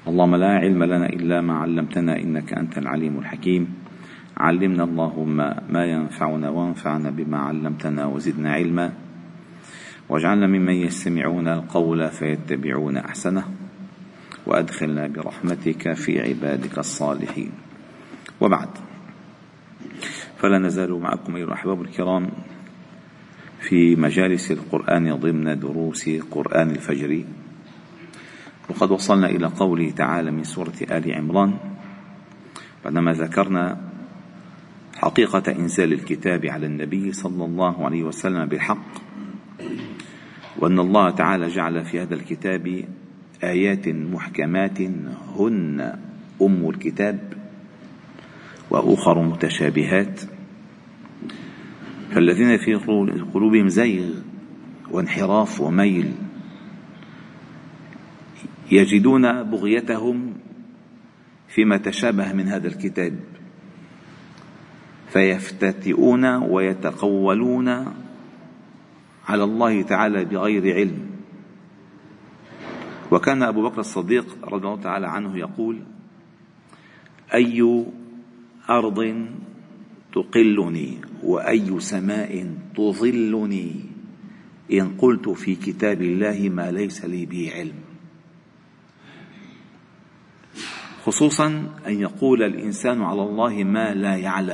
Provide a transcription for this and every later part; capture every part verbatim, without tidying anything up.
اللهم لا علم لنا إلا ما علمتنا إنك أنت العليم الحكيم. علمنا اللهم ما ينفعنا وانفعنا بما علمتنا وزدنا علما، واجعلنا ممن يستمعون القول فيتبعون أحسنه، وأدخلنا برحمتك في عبادك الصالحين. وبعد، فلا نزال معكم أيها الأحباب الكرام في مجالس القرآن ضمن دروس قرآن الفجر، وقد وصلنا إلى قوله تعالى من سورة آل عمران بعدما ذكرنا حقيقة إنزال الكتاب على النبي صلى الله عليه وسلم بالحق، وأن الله تعالى جعل في هذا الكتاب آيات محكمات هن أم الكتاب، وأخر متشابهات، فالذين في قلوبهم زيغ وانحراف وميل يجدون بغيتهم فيما تشابه من هذا الكتاب، فيفتتئون ويتقولون على الله تعالى بغير علم. وكان أبو بكر الصديق رضي الله تعالى عنه يقول: أي أرض تقلني وأي سماء تظلني إن قلت في كتاب الله ما ليس لي به علم. خصوصا أن يقول الإنسان على الله ما لا يعلم،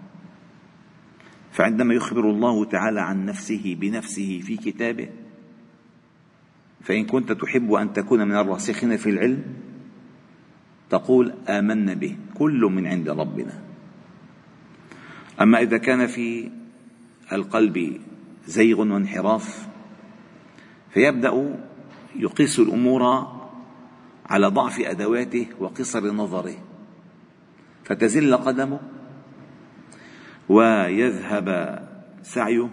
فعندما يخبر الله تعالى عن نفسه بنفسه في كتابه، فإن كنت تحب أن تكون من الراسخين في العلم تقول آمنا به كل من عند ربنا. أما إذا كان في القلب زيغ وانحراف فيبدأ يقيس الأمور على ضعف أدواته وقصر نظره، فتزل قدمه ويذهب سعيه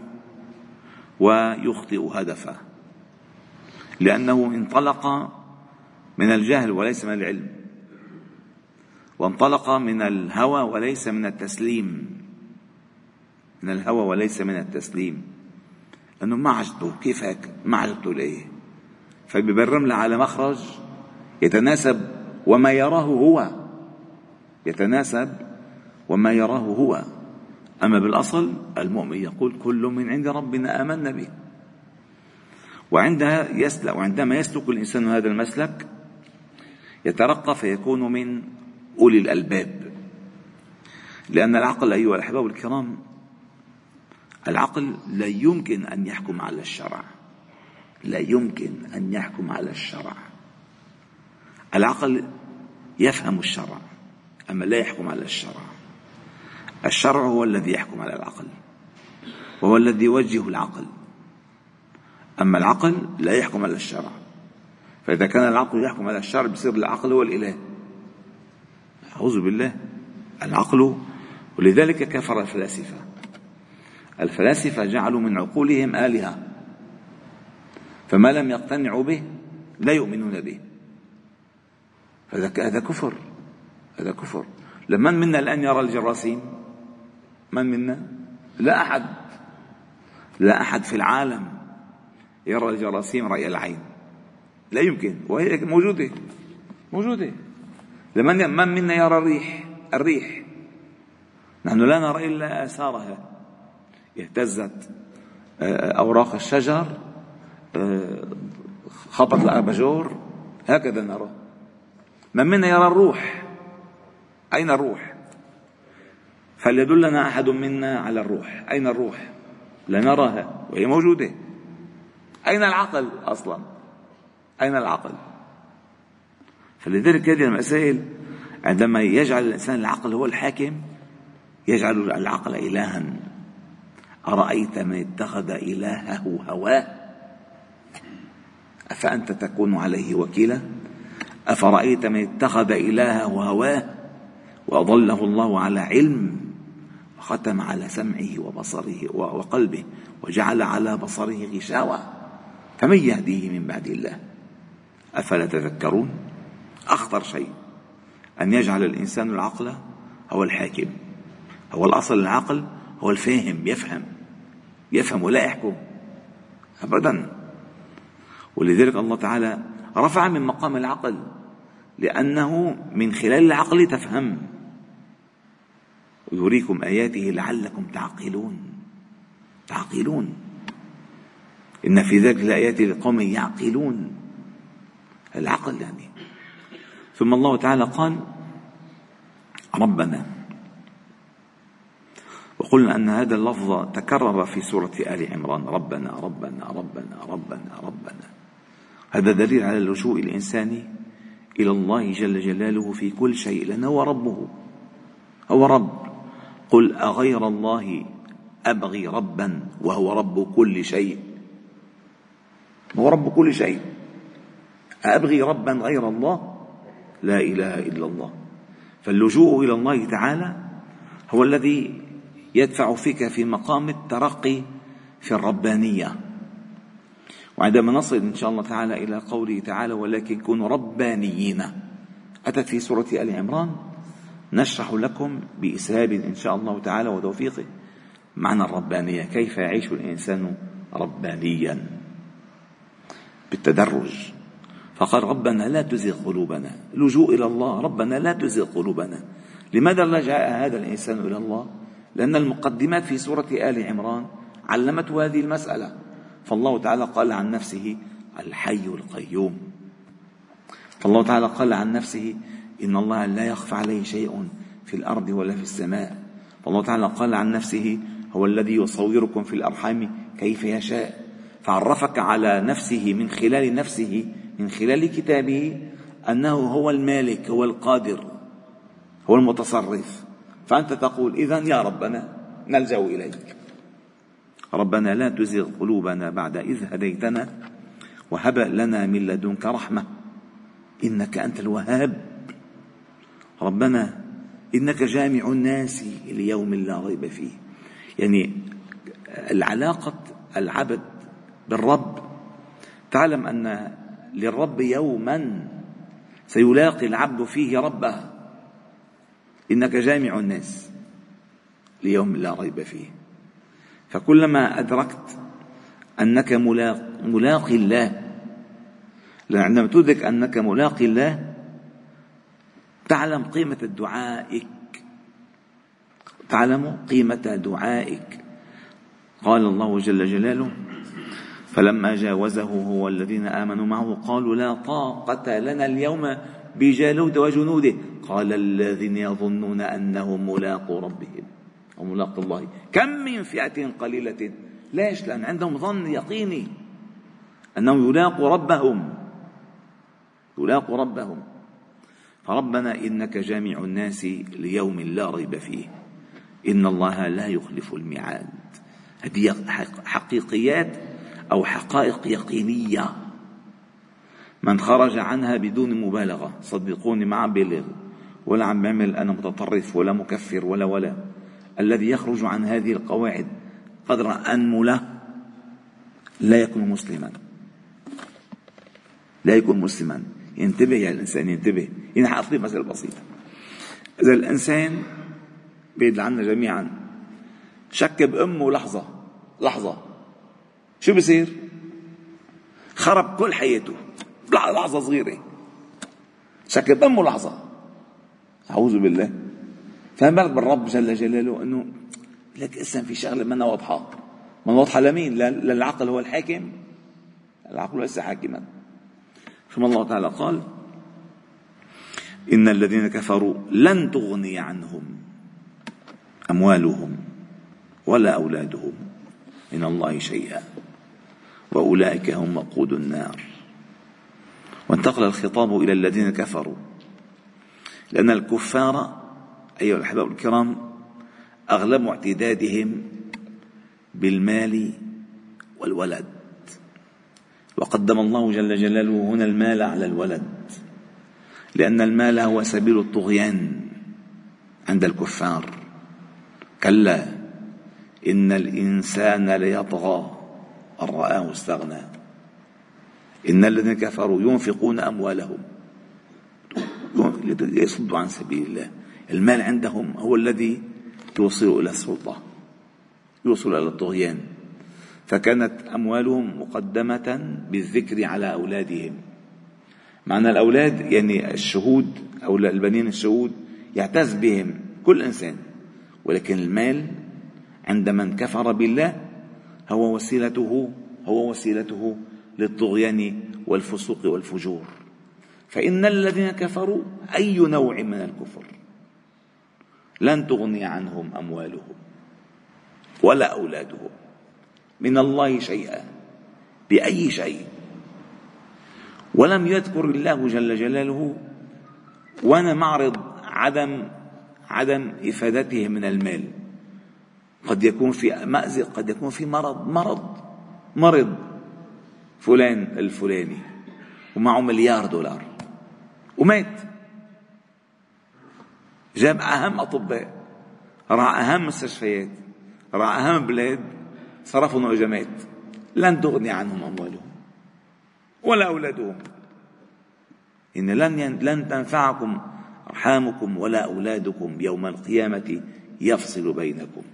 ويخطئ هدفه، لأنه انطلق من الجهل وليس من العلم، وانطلق من الهوى وليس من التسليم من الهوى وليس من التسليم لأنه ما عجبته. كيف هيك؟ ما عجبته ليه؟ فبيبرم له على مخرج يتناسب وما يراه هو يتناسب وما يراه هو أما بالأصل المؤمن يقول كل من عند ربنا آمنا به. وعندها يسلك وعندما يسلك الإنسان هذا المسلك يترقى فيكون من أولي الألباب، لأن العقل أيها الأحباب الكرام، العقل لا يمكن أن يحكم على الشرع لا يمكن أن يحكم على الشرع العقل يفهم الشرع أما لا يحكم على الشرع. الشرع هو الذي يحكم على العقل، وهو الذي يوجه العقل، أما العقل لا يحكم على الشرع. فإذا كان العقل يحكم على الشرع بيصير العقل هو الإله. أعوذ بالله. العقل. ولذلك كفر الفلاسفة الفلاسفة جعلوا من عقولهم آلهة، فما لم يقتنعوا به لا يؤمنون به. هذا كفر هذا كفر لمن منا الآن يرى الجراثيم؟ من منا؟ لا أحد لا أحد في العالم يرى الجراثيم رأي العين، لا يمكن، وهي موجودة موجودة لمن من منا يرى الريح الريح نحن لا نرى إلا آثارها، اهتزت أوراق الشجر، خبط الأباجور، هكذا نرى. من منا يرى الروح؟ أين الروح؟ فليدلنا أحد منا على الروح. أين الروح؟ لا نراها وهي موجودة. أين العقل أصلا؟ أين العقل؟ فلذلك هذه المسائل عندما يجعل الإنسان العقل هو الحاكم يجعل العقل إلها. أرأيت من اتخذ إلهه هواه أفأنت تكون عليه وكيلا؟ أفرأيت من اتخذ إلهه هواه وأضله الله على علم وختم على سمعه وبصره وقلبه وجعل على بصره غشاوة فمن يهديه من بعد الله أفلا تذكرون؟ أخطر شيء أن يجعل الإنسان العقل هو الحاكم. هو الأصل العقل هو الفاهم، يفهم يفهم ولا يحكم أبدا. ولذلك الله تعالى رفع من مقام العقل لأنه من خلال العقل تفهم، ويريكم آياته لعلكم تعقلون. تعقلون، إن في ذلك الآيات لقوم يعقلون، العقل يعني. ثم الله تعالى قال ربنا، وقلنا أن هذا اللفظ تكرر في سورة آل عمران، ربنا ربنا ربنا ربنا ربنا. هذا دليل على اللجوء الإنساني إلى الله جل جلاله في كل شيء، لأنه هو ربه، هو رب. قل أغير الله أبغي ربا وهو رب كل شيء، هو رب كل شيء. أبغي ربا غير الله؟ لا إله إلا الله. فاللجوء إلى الله تعالى هو الذي يدفع فيك في مقام الترقي في الربانية. وعندما نصل إن شاء الله تعالى إلى قوله تعالى ولكن كونوا ربانيين، أتت في سورة آل عمران، نشرح لكم بإسهاب إن شاء الله تعالى وتوفيقه معنى الربانية، كيف يعيش الإنسان ربانيا بالتدرج. فقال ربنا لا تزغ قلوبنا، لجوء إلى الله، ربنا لا تزغ قلوبنا. لماذا لجأ هذا الإنسان إلى الله؟ لأن المقدمات في سورة آل عمران علمته هذه المسألة. فالله تعالى قال عن نفسه الحي القيوم، فالله تعالى قال عن نفسه إن الله لا يخفى عليه شيء في الأرض ولا في السماء. فالله تعالى قال عن نفسه هو الذي يصوركم في الأرحام كيف يشاء. فعرفك على نفسه من خلال نفسه، من خلال كتابه، أنه هو المالك، هو القادر، هو المتصرف. فأنت تقول إذن يا ربنا نلجأ إليك. ربنا لا تزغ قلوبنا بعد إذ هديتنا وهب لنا من لدنك رحمة إنك أنت الوهاب. ربنا إنك جامع الناس ليوم لا ريب فيه. يعني العلاقة العبد بالرب، تعلم أن للرب يوما سيلاقي العبد فيه ربه، إنك جامع الناس ليوم لا ريب فيه. فكلما أدركت أنك ملاقي الله، عندما تدرك أنك ملاقي الله تعلم قيمة دعائك، تعلم قيمة دعائك. قال الله جل جلاله فلما جاوزه هو الذين آمنوا معه قالوا لا طاقة لنا اليوم بجالوت وجنوده قال الذين يظنون أنهم ملاقو ربهم أو ملاقو الله كم من فئة قليلة. ليش؟ لأن عندهم ظن يقيني أنهم يلاقوا ربهم، يلاقوا ربهم. فربنا إنك جامع الناس ليوم لا ريب فيه إن الله لا يخلف الميعاد. هذه حقيقيات أو حقائق يقينية، من خرج عنها بدون مبالغة، صدقوني ما عم بلغ ولا عم بعمل أنا متطرف ولا مكفر ولا ولا الذي يخرج عن هذه القواعد قدر أنملة لا يكون مسلما، لا يكون مسلما. ينتبه يا الإنسان، ينتبه. هنا حأعطي مسألة بسيطة. إذا الإنسان بيد عنا جميعا شك بأمه لحظة لحظة، شو بصير؟ خرب كل حياته لحظة صغيرة. شك بأمه لحظة، أعوذ بالله. فما بالك بالرب جل جلاله أنه لك اسم في شغلة منا واضحة. من واضحة لمين؟ للعقل هو الحاكم، العقل ليس حاكما. ثم الله تعالى قال إن الذين كفروا لن تغني عنهم أموالهم ولا أولادهم من الله شيئا وأولئك هم وقود النار. وانتقل الخطاب إلى الذين كفروا، لأن الكفار أيها الأحباب الكرام أغلب اعتدادهم بالمال والولد، وقدم الله جل جلاله هنا المال على الولد، لأن المال هو سبيل الطغيان عند الكفار. كلا إن الإنسان ليطغى أن رآه استغنى. إن الذين كفروا ينفقون أموالهم ليصدوا عن سبيل الله. المال عندهم هو الذي يوصل إلى السلطة، يوصل إلى الطغيان. فكانت أموالهم مقدمة بالذكر على أولادهم. معنى الأولاد يعني الشهود أو البنين الشهود يعتز بهم كل إنسان، ولكن المال عند من كفر بالله هو وسيلته هو وسيلته للطغيان والفسوق والفجور. فإن الذين كفروا أي نوع من الكفر لن تغني عنهم أموالهم ولا أولادهم من الله شيئا بأي شيء. ولم يذكر الله جل جلاله، وأنا معرض عدم عدم إفادته من المال. قد يكون في مأزق، قد يكون في مرض مرض مرض فلان الفلاني ومعه مليار دولار ومات، جاب أهم أطباء، راح أهم مستشفيات، راح أهم بلاد، صرفهم وجمات، لن تغني عنهم أموالهم ولا أولادهم. إن لن لن تنفعكم أرحامكم ولا أولادكم يوم القيامة يفصل بينكم.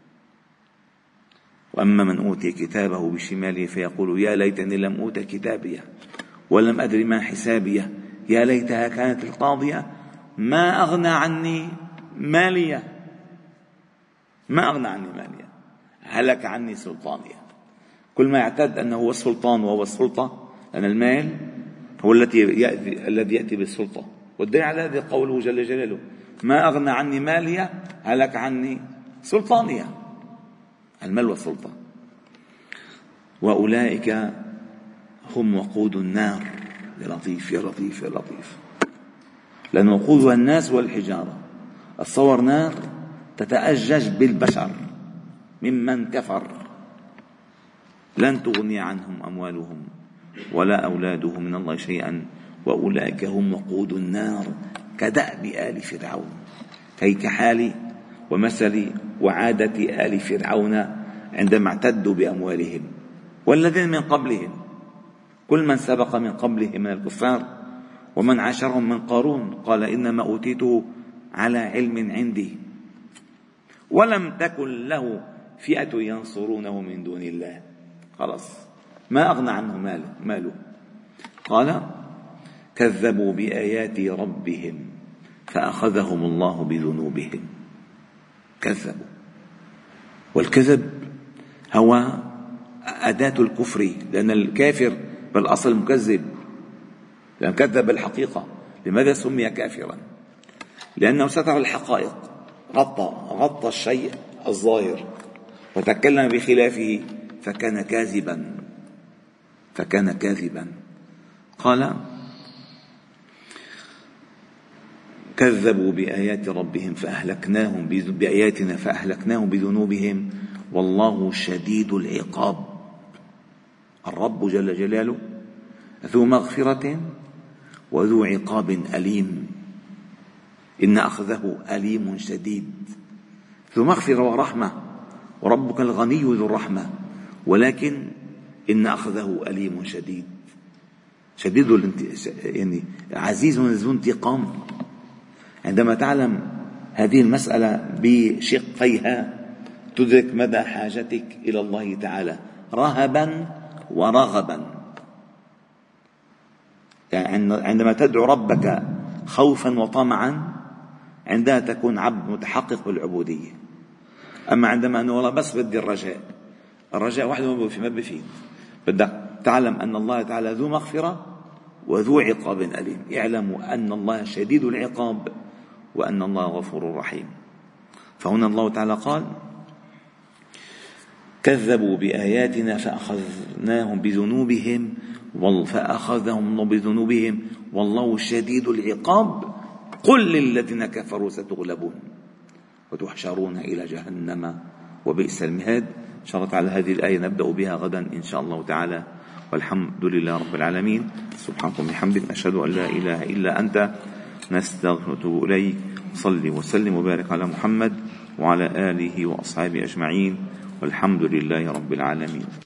وأما من أوتي كتابه بشماله فيقول يا ليتني لم أوت كتابيه ولم أدر ما حسابيه يا ليتها كانت القاضية ما أغنى عني مالية ما أغنى عني مالية هلك عني سلطانية. كل ما يعتد أنه هو السلطان وهو السلطة، لأن المال هو الذي يأتي الذي يأتي بالسلطة. والدليل على هذا قوله جل جلاله ما أغنى عني مالية هلك عني سلطانية، المال والسلطة. وأولئك هم وقود النار. يا لطيف يا لطيف يا لطيف، لأن وقودها الناس والحجارة. الصور نار تتأجج بالبشر ممن كفر، لن تغني عنهم أموالهم ولا أولادهم من الله شيئا وأولئك هم وقود النار كدأب آل فرعون، أي كحال ومثل وعادة آل فرعون عندما اعتدوا بأموالهم والذين من قبلهم. كل من سبق من قبلهم من الكفار ومن عاشرهم من قارون قال إنما أوتيته على علم عندي ولم تكن له فئة ينصرونه من دون الله. خلاص ما أغنى عنه ماله, ماله. قال كذبوا بآيات ربهم فأخذهم الله بذنوبهم. كذبوا، والكذب هو أداة الكفر، لأن الكافر بالأصل مكذب، لأن كذب الحقيقة. لماذا سمي كافرا؟ لأنه ستر الحقائق، غطى غطى الشيء الظاهر وتكلم بخلافه فكان كاذبا فكان كاذبا. قال كذبوا بآيات ربهم فأهلكناهم بآياتنا فأهلكناهم بذنوبهم والله شديد العقاب. الرب جل جلاله ذو مغفرة وذو عقاب أليم، إن أخذه أليم شديد. ذو مغفرة ورحمة، وربك الغني ذو الرحمة، ولكن إن أخذه أليم شديد. شديد يعني عزيز ذو انتقام. عندما تعلم هذه المسألة بشقيها تدرك مدى حاجتك إلى الله تعالى رهبا ورغبا. يعني عندما تدعو ربك خوفا وطمعا عندها تكون عبد متحقق بالعبودية. أما عندما أنه والله بس بدي الرجاء، الرجاء وحده ما بفيد. بدك تعلم أن الله تعالى ذو مغفرة وذو عقاب أليم. اعلموا أن الله شديد العقاب وأن الله غفور رحيم. فهنا الله تعالى قال كذبوا بآياتنا فأخذناهم بذنوبهم فأخذهم بذنوبهم والله شديد العقاب قل للذين كفروا ستغلبون وتحشرون إلى جهنم وبئس المهاد. إن شاء الله تعالى هذه الآية نبدأ بها غدا إن شاء الله تعالى، والحمد لله رب العالمين. سبحانك وبحمدك نشهد أن لا إله إلا أنت نستغفرك ونتوب إليك. صل وسلم وبارك على محمد وعلى آله وأصحابه أجمعين، والحمد لله رب العالمين.